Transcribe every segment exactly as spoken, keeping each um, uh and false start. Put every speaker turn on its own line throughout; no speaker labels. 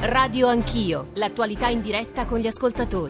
Radio Anch'io, l'attualità in diretta con gli ascoltatori.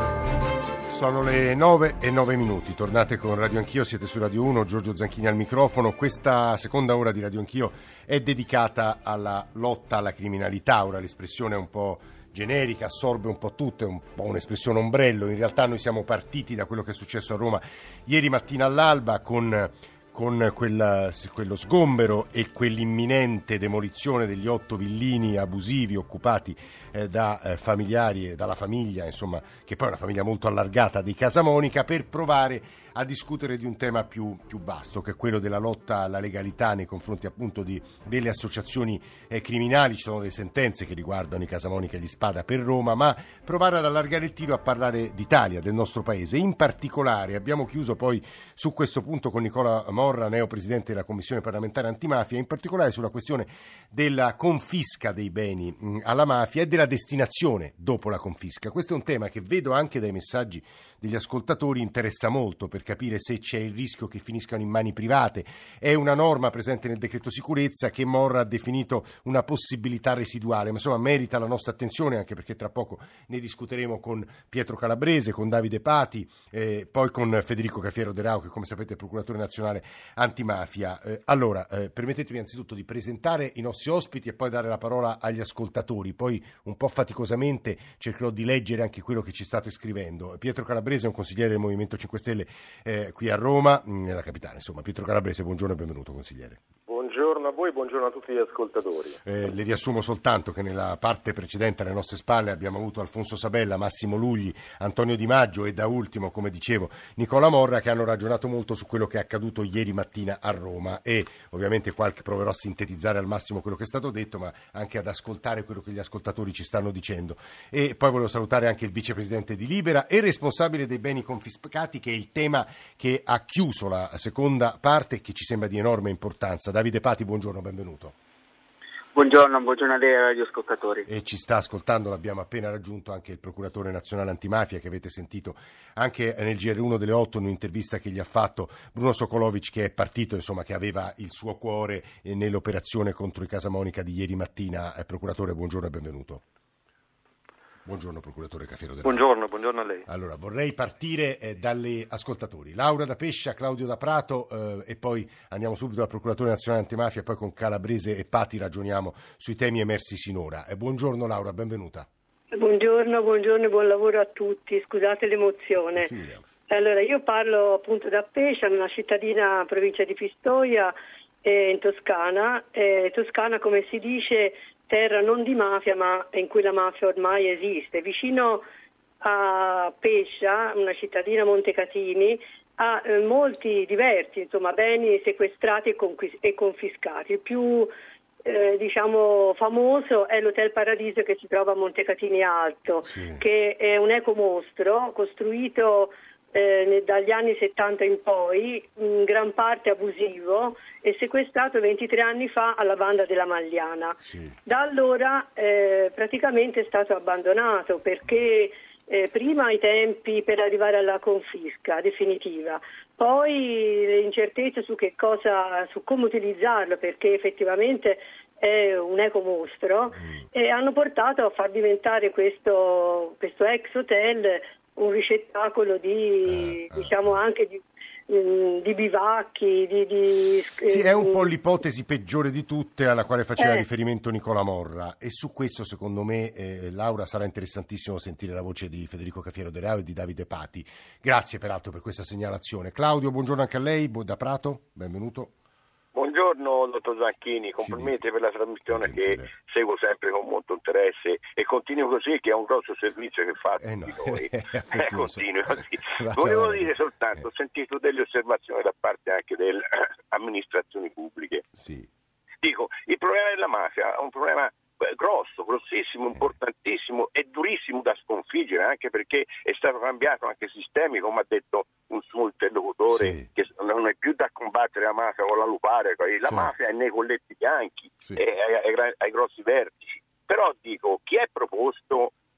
Sono le nove e nove minuti, tornate con Radio Anch'io, siete su Radio uno, Giorgio Zanchini al microfono. Questa seconda ora di Radio Anch'io è dedicata alla lotta alla criminalità. Ora l'espressione è un po' generica, assorbe un po' tutto, è un po' un'espressione ombrello. In realtà noi siamo partiti da quello che è successo a Roma ieri mattina all'alba con... con quella, quello sgombero e quell'imminente demolizione degli otto villini abusivi occupati eh, da eh, familiari e dalla famiglia, insomma, che poi è una famiglia molto allargata di Casamonica, per provare a discutere di un tema più, più vasto, che è quello della lotta alla legalità nei confronti appunto di, delle associazioni eh, criminali. Ci sono delle sentenze che riguardano i Casamonica e gli Spada per Roma, ma provare ad allargare il tiro a parlare d'Italia, del nostro paese. In particolare abbiamo chiuso poi su questo punto con Nicola Morra, neopresidente della Commissione parlamentare antimafia, in particolare sulla questione della confisca dei beni mh, alla mafia e della destinazione dopo la confisca. Questo è un tema che vedo anche dai messaggi degli ascoltatori interessa molto, per capire se c'è il rischio che finiscano in mani private. È una norma presente nel decreto sicurezza che Morra ha definito una possibilità residuale, ma insomma merita la nostra attenzione, anche perché tra poco ne discuteremo con Pietro Calabrese, con Davide Pati, eh, poi con Federico Cafiero De Rao, che come sapete è procuratore nazionale antimafia. Eh, allora, eh, permettetemi innanzitutto di presentare i nostri ospiti e poi dare la parola agli ascoltatori. Poi un po' faticosamente cercherò di leggere anche quello che ci state scrivendo. Pietro Calabrese è un consigliere del Movimento cinque Stelle eh, qui a Roma, nella capitale. Insomma, Pietro Calabrese, buongiorno e benvenuto, consigliere.
Buongiorno a voi, buongiorno a tutti gli ascoltatori.
Eh, le riassumo soltanto che nella parte precedente alle nostre spalle abbiamo avuto Alfonso Sabella, Massimo Lugli, Antonio Di Maggio e da ultimo, come dicevo, Nicola Morra, che hanno ragionato molto su quello che è accaduto ieri mattina a Roma, e ovviamente qualche proverò a sintetizzare al massimo quello che è stato detto, ma anche ad ascoltare quello che gli ascoltatori ci stanno dicendo. E poi volevo salutare anche il vicepresidente di Libera e responsabile dei beni confiscati, che è il tema che ha chiuso la seconda parte e che ci sembra di enorme importanza. Davide Pati, buongiorno, benvenuto.
Buongiorno, buongiorno a lei e ai radioascoltatori.
E ci sta ascoltando, l'abbiamo appena raggiunto, anche il procuratore nazionale antimafia, che avete sentito anche nel G R uno delle otto, in un'intervista che gli ha fatto Bruno Sokolovic, che è partito, insomma, che aveva il suo cuore nell'operazione contro i Casamonica di ieri mattina. Eh, procuratore, buongiorno e benvenuto. Buongiorno procuratore Cafiero De Rao.
Buongiorno, buongiorno a lei.
Allora, vorrei partire eh, dagli ascoltatori. Laura da Pescia, Claudio da Prato eh, e poi andiamo subito al procuratore nazionale antimafia, poi con Calabrese e Pati ragioniamo sui temi emersi sinora. Eh, buongiorno Laura, benvenuta.
Buongiorno, buongiorno e buon lavoro a tutti. Scusate l'emozione.
Sì.
Allora, io parlo appunto da Pescia, una cittadina provincia di Pistoia, eh, in Toscana. Eh, Toscana, come si dice, terra non di mafia, ma in cui la mafia ormai esiste. Vicino a Pescia, una cittadina Montecatini, ha eh, molti diversi, insomma, beni sequestrati e, conquist- e confiscati. Il più eh, diciamo famoso è l'Hotel Paradiso, che si trova a Montecatini Alto, sì, che è un ecomostro costruito Eh, dagli anni settanta in poi, in gran parte abusivo, e sequestrato ventitré anni fa alla banda della Magliana. Sì. Da allora eh, praticamente è stato abbandonato, perché eh, prima i tempi per arrivare alla confisca definitiva, poi le incertezze su che cosa, su come utilizzarlo, perché effettivamente è un ecomostro, mm. e hanno portato a far diventare questo, questo ex hotel un ricettacolo di, eh, diciamo, eh. anche di, mh, di bivacchi, di, di...
Sì, è un po' l'ipotesi peggiore di tutte alla quale faceva
eh.
riferimento Nicola Morra, e su questo secondo me, eh, Laura, sarà interessantissimo sentire la voce di Federico Cafiero De Rao e di Davide Pati. Grazie peraltro per questa segnalazione. Claudio, buongiorno anche a lei, da Prato, benvenuto.
Buongiorno dottor Zanchini, complimenti per la trasmissione che seguo sempre con molto interesse, e continuo così, che è un grosso servizio che fate
eh no,
di noi.
eh,
continuo così. Volevo dire soltanto, ho sentito delle osservazioni da parte anche delle amministrazioni pubbliche.
Sì.
Dico, il problema della mafia è un problema grosso, grossissimo, importantissimo e durissimo da sconfiggere, anche perché è stato cambiato anche sistemi, come ha detto un suo interlocutore, sì, che non è più da combattere la mafia con la lupare, la sì. mafia è nei colletti bianchi, sì, e ai, ai, ai grossi vertici. Però dico, chi è proposto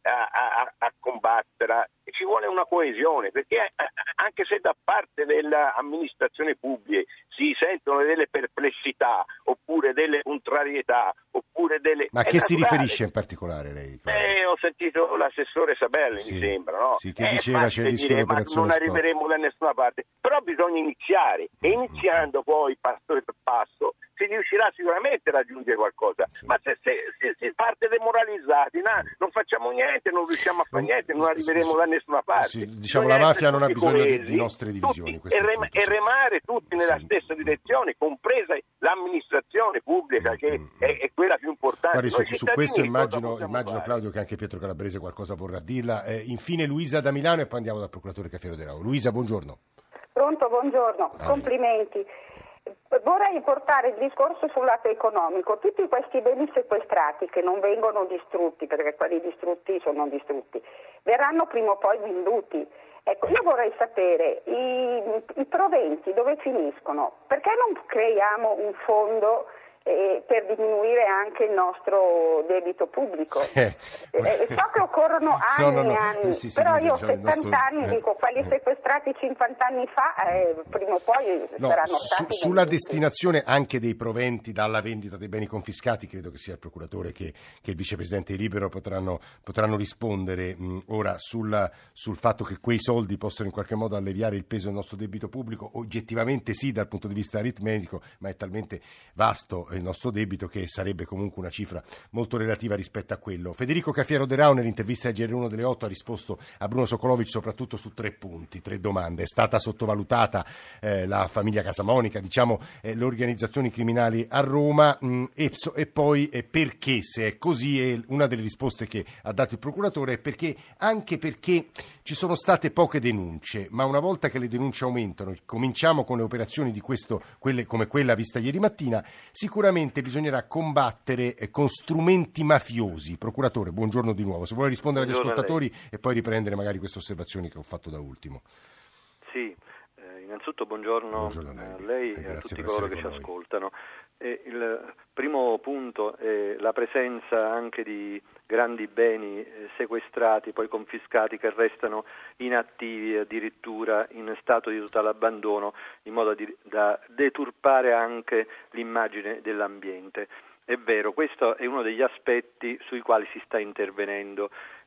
a, a, a combatterla. Ci vuole una coesione, perché anche se da parte dell'amministrazione pubblica si sentono delle perplessità oppure delle contrarietà oppure delle...
Ma a che si riferisce in particolare lei?
Eh, ho sentito l'assessore Sabelli,
sì,
mi sembra, no?
Sì, che
eh,
diceva c'è il rischio di operazione
non arriveremo da nessuna parte, però bisogna iniziare e iniziando poi passo per passo si riuscirà sicuramente a raggiungere qualcosa, sì. Ma se, se, se si parte demoralizzati, no, non facciamo niente, non riusciamo a fare niente, non arriveremo da nessuna parte.
Sì, diciamo la mafia non ha bisogno di, di nostre divisioni,
tutti, e, rem-
punto,
e
sì.
remare tutti nella
sì.
stessa direzione, compresa l'amministrazione pubblica, che mm, è, è quella più importante.
Guardi, su, su questo immagino, immagino
fare?
Claudio, che anche Pietro Calabrese qualcosa vorrà dirla. Eh, infine Luisa da Milano e poi andiamo dal procuratore Cafiero De Rao. Luisa, buongiorno.
Pronto, buongiorno, ah, complimenti. Vorrei portare il discorso sul lato economico. Tutti questi beni sequestrati che non vengono distrutti, perché quelli distrutti sono distrutti, verranno prima o poi venduti. Ecco, io vorrei sapere i, i proventi dove finiscono, perché non creiamo un fondo eh, per diminuire anche il nostro debito pubblico. Eh, eh, so che occorrono anni
no, no, no.
e anni,
sì, sì,
però
sì,
io ho
sì, settanta
nostro... anni,
eh.
dico, quelli sequestrati cinquanta anni fa, eh, prima o poi
no,
saranno
su,
stati
sulla
venduti.
destinazione anche dei proventi dalla vendita dei beni confiscati, credo che sia il procuratore che, che il vicepresidente Libero potranno, potranno rispondere mh, ora sul, sul fatto che quei soldi possano in qualche modo alleviare il peso del nostro debito pubblico. Oggettivamente sì, dal punto di vista aritmetico, ma è talmente vasto il nostro debito che sarebbe comunque una cifra molto relativa rispetto a quello. Federico Cafiero De Rao nell'intervista a G R uno delle otto ha risposto a Bruno Sokolovic soprattutto su tre punti, tre domande. È stata sottovalutata eh, la famiglia Casamonica, diciamo eh, le organizzazioni criminali a Roma mh, e, so, e poi eh, perché se è così, e una delle risposte che ha dato il procuratore è perché anche perché ci sono state poche denunce, ma una volta che le denunce aumentano, cominciamo con le operazioni di questo, quelle, come quella vista ieri mattina, sicuramente bisognerà combattere eh, con strumenti mafiosi. Procuratore, buongiorno di nuovo. Se vuole rispondere agli
Buongiorno
ascoltatori e poi riprendere magari queste osservazioni che ho fatto da ultimo.
Sì, eh, innanzitutto buongiorno, buongiorno a lei, a, lei e a tutti coloro che ci
noi.
ascoltano. E il primo punto è la presenza anche di grandi beni eh, sequestrati, poi confiscati, che restano inattivi, addirittura in stato di totale abbandono, in modo di, da deturpare anche l'immagine dell'ambiente. È vero, questo è uno degli aspetti sui quali si sta intervenendo.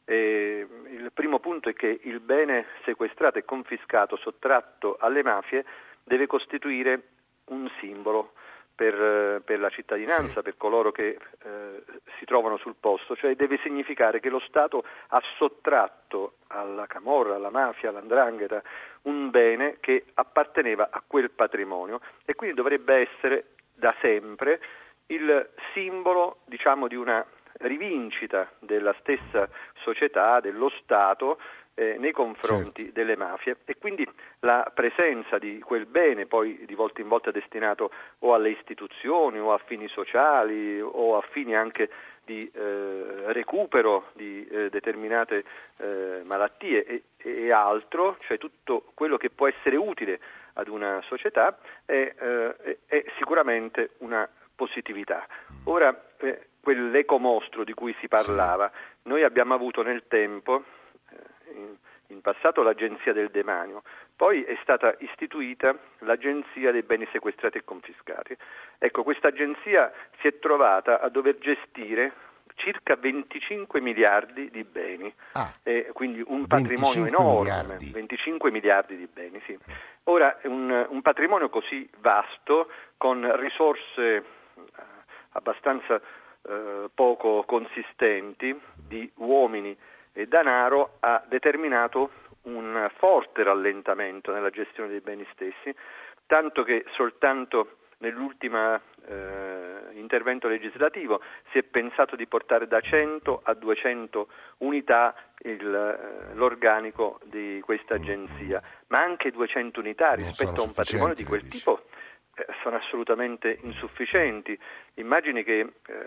Eh, il primo punto è che il bene sequestrato e confiscato, sottratto alle mafie, deve costituire un simbolo per, per la cittadinanza, per coloro che eh, si trovano sul posto, cioè deve significare che lo Stato ha sottratto alla camorra, alla mafia, all'andrangheta un bene che apparteneva a quel patrimonio e quindi dovrebbe essere da sempre il simbolo, diciamo, di una rivincita della stessa società, dello Stato eh, nei confronti certo. delle mafie, e quindi la presenza di quel bene, poi di volta in volta destinato o alle istituzioni o a fini sociali o a fini anche di eh, recupero di eh, determinate eh, malattie e, e altro, cioè tutto quello che può essere utile ad una società, è, eh, è sicuramente una positività. Ora, eh, quell'ecomostro di cui si parlava, noi abbiamo avuto nel tempo, eh, in, in passato l'Agenzia del Demanio, poi è stata istituita l'Agenzia dei beni sequestrati e confiscati. Ecco, questa agenzia si è trovata a dover gestire circa venticinque miliardi di beni, ah, eh, quindi un patrimonio enorme, miliardi. venticinque miliardi di beni, sì. Ora, un, un patrimonio così vasto, con risorse eh, abbastanza eh, poco consistenti di uomini e denaro, ha determinato un forte rallentamento nella gestione dei beni stessi, tanto che soltanto nell'ultimo eh, intervento legislativo si è pensato di portare da cento a duecento unità il, eh, l'organico di questa agenzia, ma anche duecento unità rispetto a un patrimonio di quel dici. tipo eh, sono assolutamente insufficienti. Immagini che eh,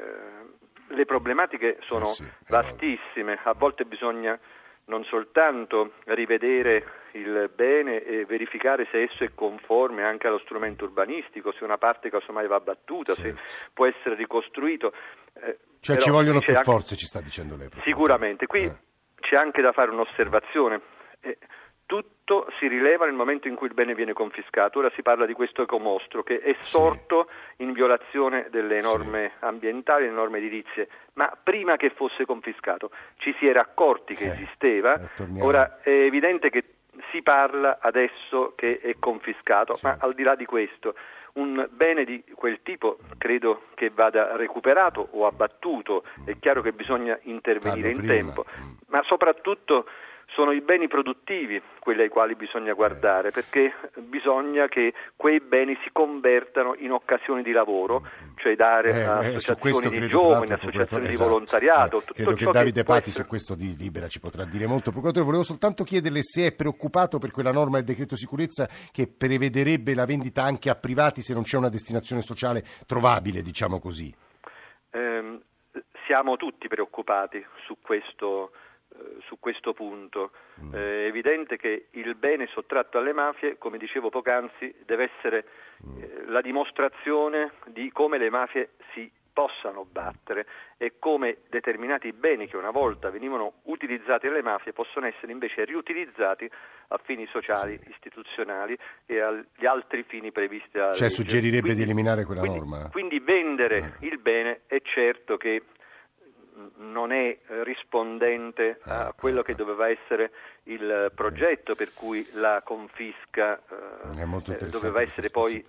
le problematiche sono eh sì, vastissime, a volte bisogna non soltanto rivedere il bene e verificare se esso è conforme anche allo strumento urbanistico, se una parte casomai va battuta, certo. se può essere ricostruito. Eh,
cioè ci vogliono più anche... forze, ci sta dicendo lei.
Sicuramente. Qui
eh.
c'è anche da fare un'osservazione. Eh, tutto si rileva nel momento in cui il bene viene confiscato. Ora si parla di questo ecomostro che è sorto sì. in violazione delle norme sì. ambientali, delle norme edilizie, ma prima che fosse confiscato ci si era accorti che eh, esisteva. Eh, Ora è evidente che si parla adesso che è confiscato, sì. ma al di là di questo un bene di quel tipo credo che vada recuperato o abbattuto. È chiaro che bisogna intervenire in tempo, ma soprattutto sono i beni produttivi quelli ai quali bisogna guardare, perché bisogna che quei beni si convertano in occasioni di lavoro, cioè dare
eh,
a
eh,
associazioni di giovani, associazioni di
esatto.
volontariato.
Eh,
tutto
credo
ciò
che Davide
che
Patti
essere...
su questo di Libera ci potrà dire molto. Procuratore, volevo soltanto chiederle se è preoccupato per quella norma del decreto sicurezza che prevederebbe la vendita anche a privati se non c'è una destinazione sociale trovabile, diciamo così.
Eh, siamo tutti preoccupati su questo su questo punto. Mm. È evidente che il bene sottratto alle mafie, come dicevo poc'anzi, deve essere mm. eh, la dimostrazione di come le mafie si possano battere e come determinati beni che una volta venivano utilizzati dalle mafie possono essere invece riutilizzati a fini sociali, sì. istituzionali e agli altri fini previsti dalla
Cioè
legge.
suggerirebbe
quindi,
di eliminare quella
quindi,
norma?
Quindi vendere eh. il bene è certo che non è rispondente a quello che doveva essere il progetto per cui la confisca eh, doveva essere poi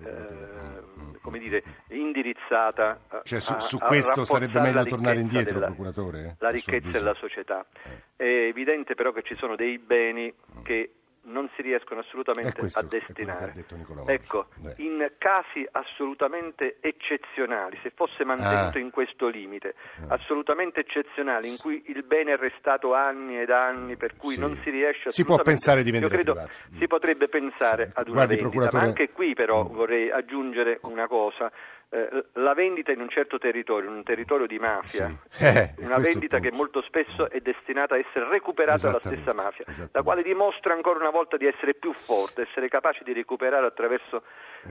eh, come dire indirizzata
cioè, su,
a,
su questo
a
sarebbe meglio tornare indietro
della,
procuratore?
la ricchezza della società. È evidente però che ci sono dei beni che non si riescono assolutamente
questo,
a destinare.
Ecco,
Beh. in casi assolutamente eccezionali, se fosse mantenuto ah. in questo limite, ah. assolutamente eccezionali, in cui il bene è restato anni ed anni, per cui sì. non si riesce assolutamente...
Si può pensare di vendere
Io credo
privati.
Si potrebbe pensare sì. ad una
Guardi,
vendita,
procuratore...
ma anche qui però mm. vorrei aggiungere una cosa. Eh, la vendita in un certo territorio, in un territorio di mafia,
sì. eh,
una vendita che molto spesso è destinata a essere recuperata dalla stessa mafia, la quale dimostra ancora una volta di essere più forte, essere capace di recuperare attraverso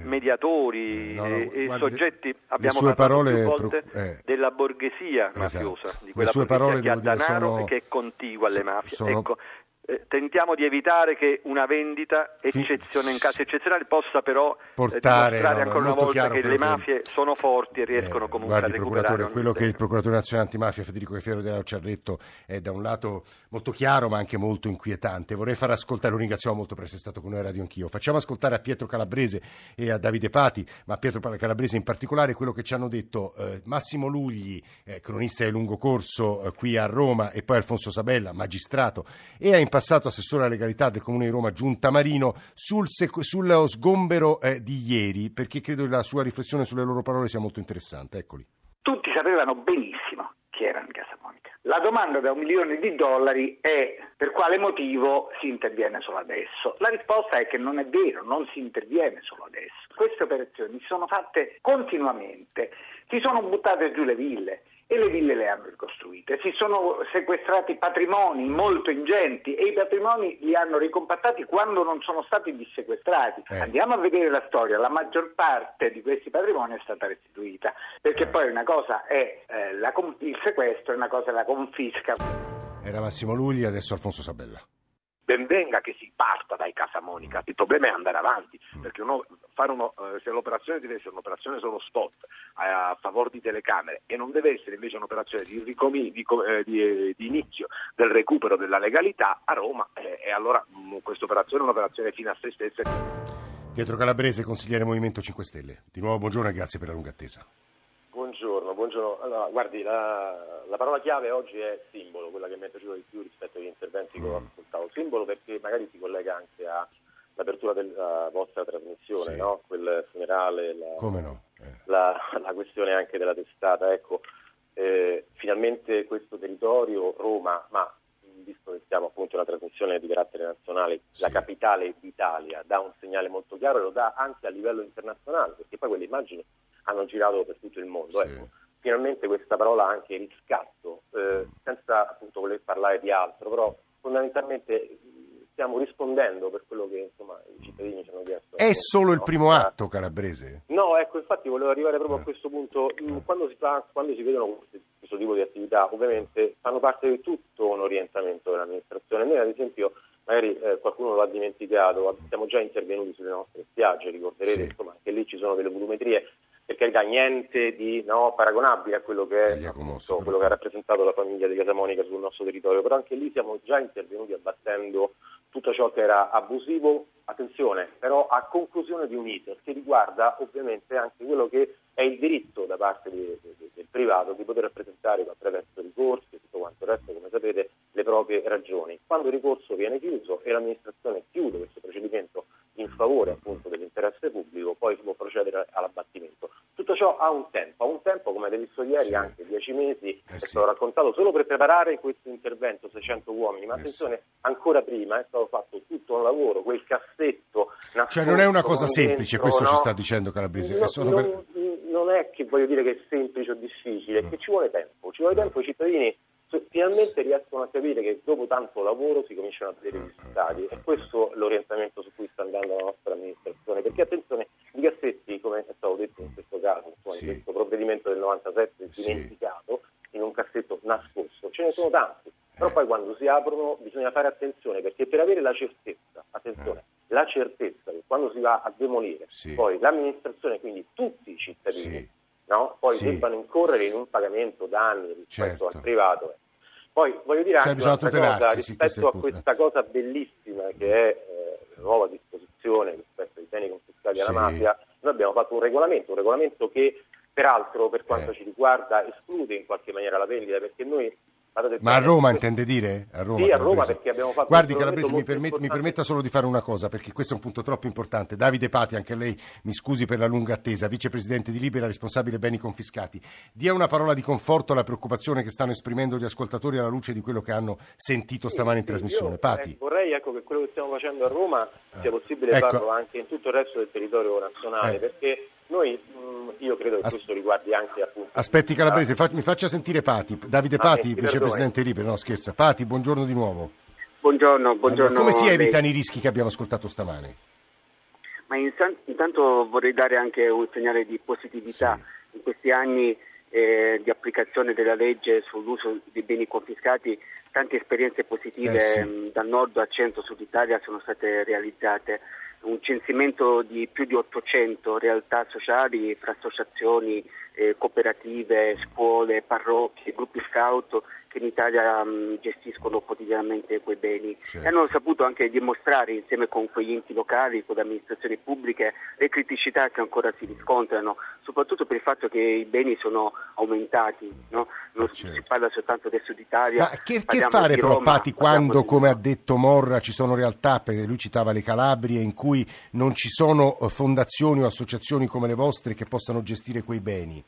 mediatori
no, no,
e, e
guardi,
soggetti. Abbiamo
parlato
parole, più volte
pro, eh,
della borghesia
esatto.
mafiosa, di quella
borghesia
parole, che ha denaro
sono,
e che è contigua alle mafie.
Sono,
ecco, Eh, tentiamo di evitare che una vendita eccezione, in casi eccezionali possa però
portare
eh, dimostrare no, ancora una volta che le mafie che... sono forti e riescono eh, comunque
guardi,
a recuperare.
Quello che il procuratore nazionale antimafia Federico Cafiero Dell'Aro ci ha detto è da un lato molto chiaro ma anche molto inquietante. Vorrei far ascoltare, lo ringraziamo molto per essere stato con noi a Radio Anch'io. Facciamo ascoltare a Pietro Calabrese e a Davide Pati, ma a Pietro Calabrese in particolare quello che ci hanno detto eh, Massimo Lugli, eh, cronista di lungo corso eh, qui a Roma, e poi Alfonso Sabella, magistrato e in passato assessore alla legalità del Comune di Roma, Giunta Marino, sul sec- sullo sgombero eh, di ieri, perché credo che la sua riflessione sulle loro parole sia molto interessante. Eccoli.
Tutti sapevano benissimo chi era in Casa Monica. La domanda da un milione di dollari è: per quale motivo si interviene solo adesso? La risposta è che non è vero, non si interviene solo adesso. Queste operazioni si sono fatte continuamente, si sono buttate giù le ville e le ville le hanno ricostruite, si sono sequestrati patrimoni molto ingenti e i patrimoni li hanno ricompattati quando non sono stati dissequestrati. Eh. Andiamo a vedere la storia, la maggior parte di questi patrimoni è stata restituita, perché eh. poi una cosa è eh, la, il sequestro e una cosa è la confisca.
Era Massimo Lugli, adesso Alfonso Sabella.
Ben venga che si parta dai Casa Monica, il problema è andare avanti, perché uno, fare uno, eh, se l'operazione deve essere un'operazione solo spot a, a favore di telecamere e non deve essere invece un'operazione di, ricomi, di, eh, di, di inizio del recupero della legalità a Roma, eh, e allora questa operazione è un'operazione fine a se stessa.
Pietro Calabrese, consigliere Movimento cinque Stelle. Di nuovo buongiorno e grazie per la lunga attesa.
Buongiorno, buongiorno. Allora, guardi, la, la parola chiave oggi è simbolo, quella che mi è piaciuta di più rispetto agli interventi che ho ascoltato. Simbolo perché magari si collega anche all'apertura della vostra trasmissione, sì. no? Quel funerale, la,
Come no? Eh.
la, la questione anche della testata. Ecco, eh, finalmente questo territorio, Roma, ma visto che siamo appunto in una trasmissione di carattere nazionale, sì. la capitale d'Italia, dà un segnale molto chiaro e lo dà anche a livello internazionale, perché poi quelle immagini hanno girato per tutto il mondo. Sì. Ecco, finalmente questa parola anche riscatto, eh, senza appunto voler parlare di altro, però fondamentalmente stiamo rispondendo per quello che insomma i cittadini ci hanno chiesto.
È solo il primo atto, Calabrese?
No, ecco, infatti volevo arrivare proprio
eh.
a questo punto. Eh. Quando si fa, quando si vedono questi questo tipo di attività ovviamente fanno parte di tutto un orientamento dell'amministrazione. Noi ad esempio, magari eh, qualcuno lo ha dimenticato, siamo già intervenuti sulle nostre spiagge, ricorderete, sì. Insomma, che lì ci sono delle volumetrie, per carità niente di no, paragonabile a quello che è appunto, quello che ha rappresentato la famiglia di Casamonica sul nostro territorio, però anche lì siamo già intervenuti abbattendo tutto ciò che era abusivo, attenzione, però a conclusione di un iter che riguarda ovviamente anche quello che è il diritto da parte di, di, del privato di poter rappresentare attraverso ricorsi e tutto quanto il resto, come sapete, le proprie ragioni. Quando il ricorso viene chiuso e l'amministrazione chiude questo procedimento in favore appunto dell'interesse pubblico, poi si può procedere all'abbattimento. Tutto ciò ha un tempo, ha un tempo, come avete visto ieri, sì. anche dieci mesi, eh è sì. stato raccontato solo per preparare questo intervento, seicento uomini, ma eh attenzione, sì. ancora prima è stato fatto tutto un lavoro, quel cassetto nascosto. Cioè non
è una cosa semplice,
dentro,
questo
no?
ci sta dicendo Calabrese.
No,
sono
non,
per...
non è che voglio dire che è semplice o difficile, è che ci vuole tempo, ci vuole tempo, i cittadini finalmente riescono a capire che dopo tanto lavoro si cominciano a vedere i risultati, e questo è l'orientamento su cui sta andando la nostra amministrazione, perché attenzione, i cassetti, come è stato detto in questo caso, insomma, sì. in questo provvedimento del novantasette sì. dimenticato in un cassetto nascosto, ce ne sono tanti, però eh. poi quando si aprono bisogna fare attenzione, perché per avere la certezza, attenzione, eh. la certezza che quando si va a demolire, sì. poi l'amministrazione, quindi tutti i cittadini, sì. no? poi sì. debbano incorrere in un pagamento danni rispetto certo. al privato. Poi voglio dire cioè, anche un'altra cosa rispetto sì, a questa cosa bellissima che è eh, la nuova disposizione rispetto ai beni confiscati sì. alla mafia. Noi abbiamo fatto un regolamento, un regolamento che peraltro per quanto eh. ci riguarda esclude in qualche maniera la vendita, perché noi
Ma a Roma intende dire? A Roma,
sì, a Roma perché abbiamo fatto
Guardi Calabrese, mi, permet- mi permetta solo di fare una cosa, perché questo è un punto troppo importante. Davide Pati, anche lei, mi scusi per la lunga attesa, vicepresidente di Libera, responsabile beni confiscati. Dia una parola di conforto alla preoccupazione che stanno esprimendo gli ascoltatori alla luce di quello che hanno sentito stamane sì, in trasmissione.
Io,
Pati.
Eh, vorrei ecco, che quello che stiamo facendo a Roma sia possibile
ecco.
farlo anche in tutto il resto del territorio nazionale, eh. perché noi, mh, io credo che As- questo riguardi anche appunto...
Aspetti Calabrese, fa- mi faccia sentire Pati. Davide ah, Pati, vicepresidente di Libera. No, scherza. Pati, buongiorno di nuovo.
Buongiorno, buongiorno.
Allora, come si evitano i rischi che abbiamo ascoltato stamane?
Ma intanto vorrei dare anche un segnale di positività. Sì. In questi anni eh, di applicazione della legge sull'uso di beni confiscati, tante esperienze positive eh sì. mh, dal nord al centro sud Italia sono state realizzate. Un censimento di più di ottocento realtà sociali fra associazioni, eh, cooperative, scuole, parrocchie, gruppi scout che in Italia mh, gestiscono quotidianamente quei beni certo. e hanno saputo anche dimostrare insieme con quegli enti locali, con le amministrazioni pubbliche, le criticità che ancora si riscontrano, soprattutto per il fatto che i beni sono aumentati, no? Non certo. si parla soltanto adesso d'Italia.
Ma che, che fare però Roma, Pati quando, come ha detto Morra, ci sono realtà, perché lui citava le Calabrie, in cui non ci sono fondazioni o associazioni come le vostre che possano gestire quei beni?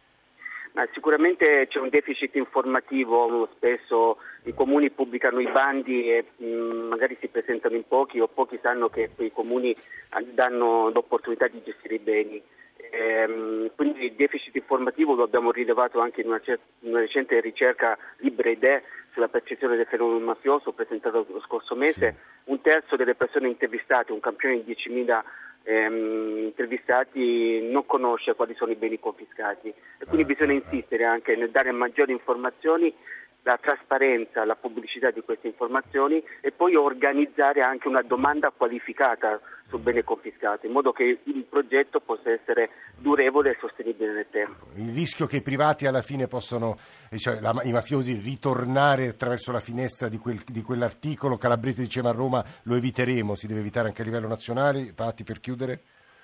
Ma sicuramente c'è un deficit informativo, spesso i comuni pubblicano i bandi e mh, magari si presentano in pochi o pochi sanno che quei comuni danno l'opportunità di gestire i beni. Ehm, quindi il deficit informativo lo abbiamo rilevato anche in una, cer- in una recente ricerca Libere Idee sulla percezione del fenomeno mafioso presentata lo scorso mese. Sì. Un terzo delle persone intervistate, un campione di diecimila ehm, intervistati, non conosce quali sono i beni confiscati e quindi ah, bisogna insistere anche nel dare maggiori informazioni, la trasparenza, la pubblicità di queste informazioni e poi organizzare anche una domanda qualificata sul bene confiscato in modo che il progetto possa essere durevole e sostenibile nel tempo.
Il rischio che i privati alla fine possano, cioè la, i mafiosi, ritornare attraverso la finestra di, quel, di quell'articolo, Calabrese diceva a Roma, lo eviteremo, si deve evitare anche a livello nazionale. Patti, per chiudere?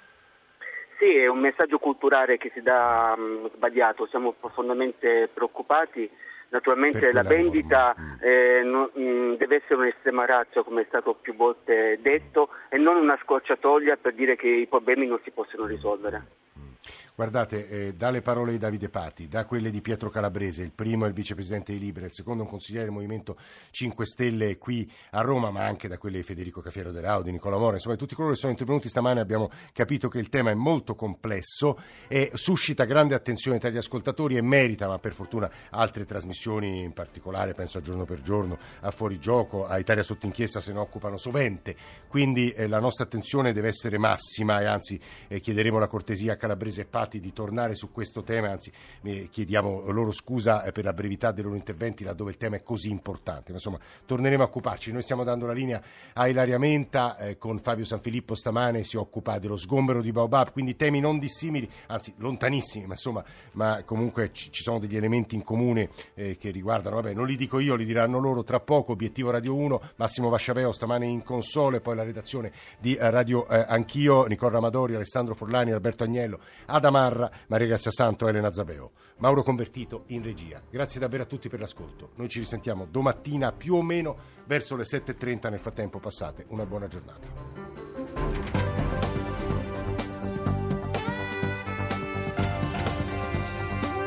Sì, è un messaggio culturale che si dà mh, sbagliato, siamo profondamente preoccupati. Naturalmente la vendita eh, non, mh, deve essere un'estrema ratio, come è stato più volte detto, e non una scorciatoia per dire che i problemi non si possono risolvere.
Guardate, eh, dalle parole di Davide Pati, da quelle di Pietro Calabrese, il primo è il vicepresidente di Libera, il secondo è un consigliere del Movimento cinque Stelle qui a Roma, ma anche da quelle di Federico Cafiero De Rao, di Nicola Mora, insomma di tutti coloro che sono intervenuti stamane abbiamo capito che il tema è molto complesso e suscita grande attenzione tra gli ascoltatori e merita, ma per fortuna, altre trasmissioni, in particolare penso a Giorno per Giorno, a Fuorigioco, a Italia Sotto Inchiesta se ne occupano sovente, quindi eh, la nostra attenzione deve essere massima e anzi eh, chiederemo la cortesia a Calabrese e Pati infatti di tornare su questo tema, anzi eh, chiediamo loro scusa eh, per la brevità dei loro interventi laddove il tema è così importante, ma insomma torneremo a occuparci. Noi stiamo dando la linea a Ilaria Menta, eh, con Fabio Sanfilippo stamane si occupa dello sgombero di Baobab, quindi temi non dissimili, anzi lontanissimi, ma insomma ma comunque ci, ci sono degli elementi in comune eh, che riguardano, vabbè non li dico io, li diranno loro tra poco. Obiettivo Radio uno, Massimo Vasciaveo stamane in console, poi la redazione di eh, Radio eh, Anch'io, Nicola Amadori, Alessandro Forlani, Alberto Agnello, Adamarra, Maria Grazia Santo, Elena Zabeo, Mauro Convertito in regia. Grazie davvero a tutti per l'ascolto, noi ci risentiamo domattina più o meno verso le sette e trenta. Nel frattempo passate una buona giornata.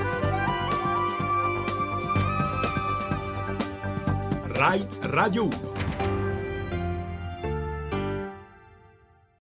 Rai Radio uno.